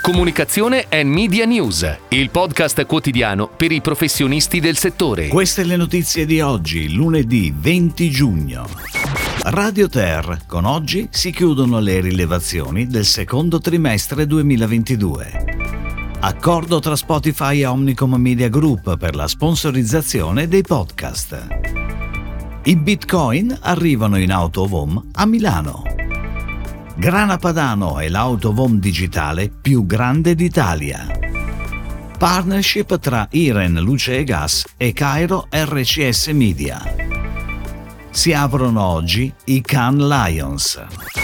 Comunicazione and Media News, il podcast quotidiano per i professionisti del settore. Queste le notizie di oggi, lunedì 20 giugno. Radio Ter, con oggi si chiudono le rilevazioni del secondo trimestre 2022. Accordo tra Spotify e Omnicom Media Group per la sponsorizzazione dei podcast. I Bitcoin arrivano in Out of Home a Milano. Grana Padano è l'Out of Home digitale più grande d'Italia. Partnership tra Iren Luce e Gas e Cairo RCS Media. Si aprono oggi i Cannes Lions.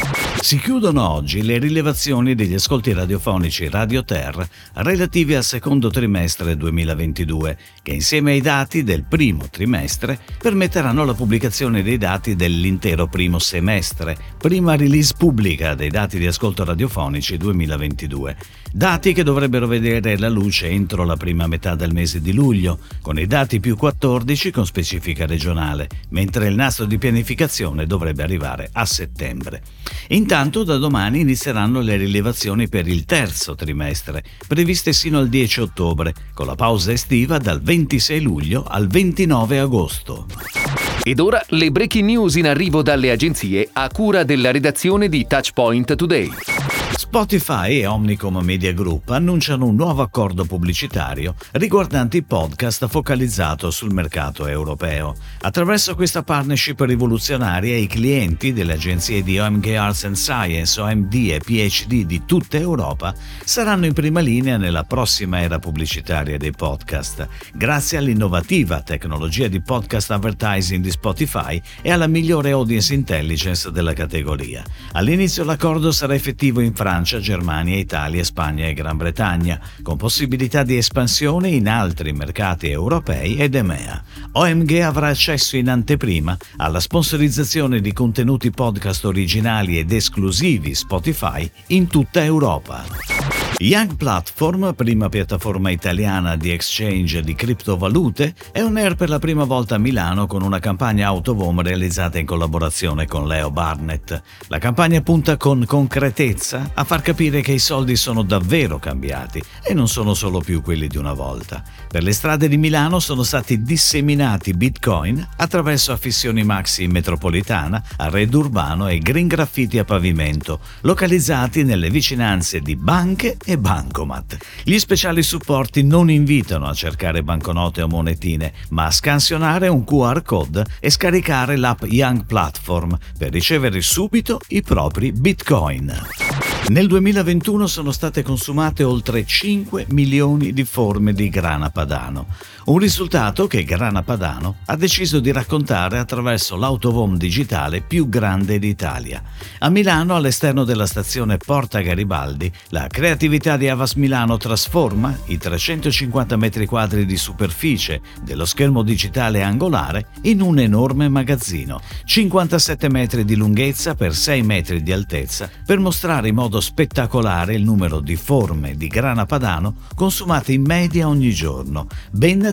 Si chiudono oggi le rilevazioni degli ascolti radiofonici Radio Ter relativi al secondo trimestre 2022, che insieme ai dati del primo trimestre permetteranno la pubblicazione dei dati dell'intero primo semestre, prima release pubblica dei dati di ascolto radiofonici 2022. Dati che dovrebbero vedere la luce entro la prima metà del mese di luglio, con i dati più 14 con specifica regionale, mentre il nastro di pianificazione dovrebbe arrivare a settembre. Intanto da domani inizieranno le rilevazioni per il terzo trimestre, previste sino al 10 ottobre, con la pausa estiva dal 26 luglio al 29 agosto. Ed ora le breaking news in arrivo dalle agenzie a cura della redazione di Touchpoint Today. Spotify e Omnicom Media Group annunciano un nuovo accordo pubblicitario riguardante i podcast focalizzato sul mercato europeo. Attraverso questa partnership rivoluzionaria, i clienti delle agenzie di OMG Arts and Science, OMD e PhD di tutta Europa saranno in prima linea nella prossima era pubblicitaria dei podcast, grazie all'innovativa tecnologia di podcast advertising di Spotify e alla migliore audience intelligence della categoria. All'inizio l'accordo sarà effettivo in Francia, Germania, Italia, Spagna e Gran Bretagna, con possibilità di espansione in altri mercati europei ed EMEA. OMG avrà accesso in anteprima alla sponsorizzazione di contenuti podcast originali ed esclusivi Spotify in tutta Europa. Young Platform, prima piattaforma italiana di exchange di criptovalute, è on air per la prima volta a Milano con una campagna out of home realizzata in collaborazione con Leo Barnett. La campagna punta con concretezza a far capire che i soldi sono davvero cambiati e non sono solo più quelli di una volta. Per le strade di Milano sono stati disseminati Bitcoin attraverso affissioni maxi in metropolitana, arredo urbano e green graffiti a pavimento, localizzati nelle vicinanze di banche e bancomat. Gli speciali supporti non invitano a cercare banconote o monetine, ma a scansionare un QR code e scaricare l'app Young Platform per ricevere subito i propri Bitcoin. Nel 2021 sono state consumate oltre 5 milioni di forme di grana padano, un risultato che Grana Padano ha deciso di raccontare attraverso l'out of home digitale più grande d'Italia. A Milano, all'esterno della stazione Porta Garibaldi, la creatività di Havas Milano trasforma i 350 metri quadri di superficie dello schermo digitale angolare in un enorme magazzino, 57 metri di lunghezza per 6 metri di altezza, per mostrare in modo spettacolare il numero di forme di grana padano consumate in media ogni giorno, ben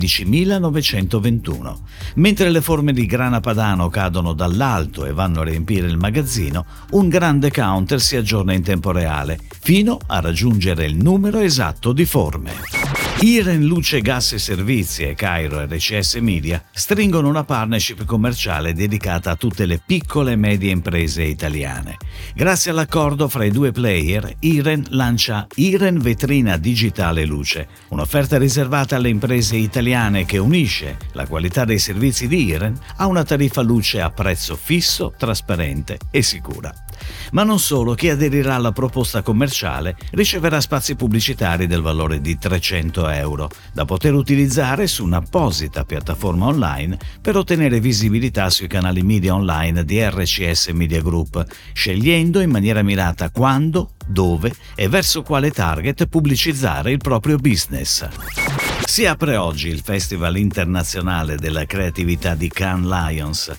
13.921. Mentre le forme di grana padano cadono dall'alto e vanno a riempire il magazzino, un grande counter si aggiorna in tempo reale, fino a raggiungere il numero esatto di forme. Iren Luce Gas e Servizi e Cairo RCS Media stringono una partnership commerciale dedicata a tutte le piccole e medie imprese italiane. Grazie all'accordo fra i due player, Iren lancia Iren Vetrina Digitale Luce, un'offerta riservata alle imprese italiane che unisce la qualità dei servizi di Iren a una tariffa luce a prezzo fisso, trasparente e sicura. Ma non solo, chi aderirà alla proposta commerciale riceverà spazi pubblicitari del valore di €300, da poter utilizzare su un'apposita piattaforma online per ottenere visibilità sui canali media online di RCS Media Group, scegliendo in maniera mirata quando, dove e verso quale target pubblicizzare il proprio business. Si apre oggi il Festival internazionale della creatività di Cannes Lions.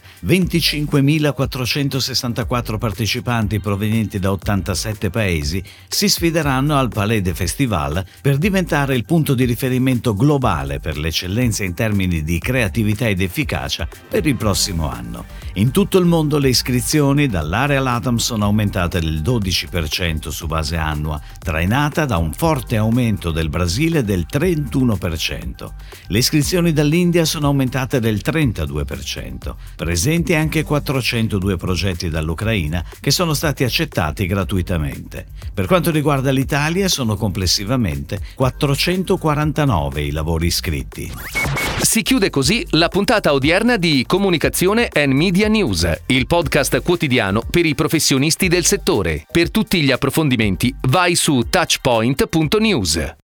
25.464 partecipanti provenienti da 87 paesi si sfideranno al Palais des Festivals per diventare il punto di riferimento globale per l'eccellenza in termini di creatività ed efficacia per il prossimo anno. In tutto il mondo le iscrizioni dall'area LATAM sono aumentate del 12% su base annua, trainata da un forte aumento del Brasile del 31%. Le iscrizioni dall'India sono aumentate del 32%. Presenti anche 402 progetti dall'Ucraina che sono stati accettati gratuitamente. Per quanto riguarda l'Italia, sono complessivamente 449 i lavori iscritti. Si chiude così la puntata odierna di Comunicazione & Media News, il podcast quotidiano per i professionisti del settore. Per tutti gli approfondimenti vai su touchpoint.news.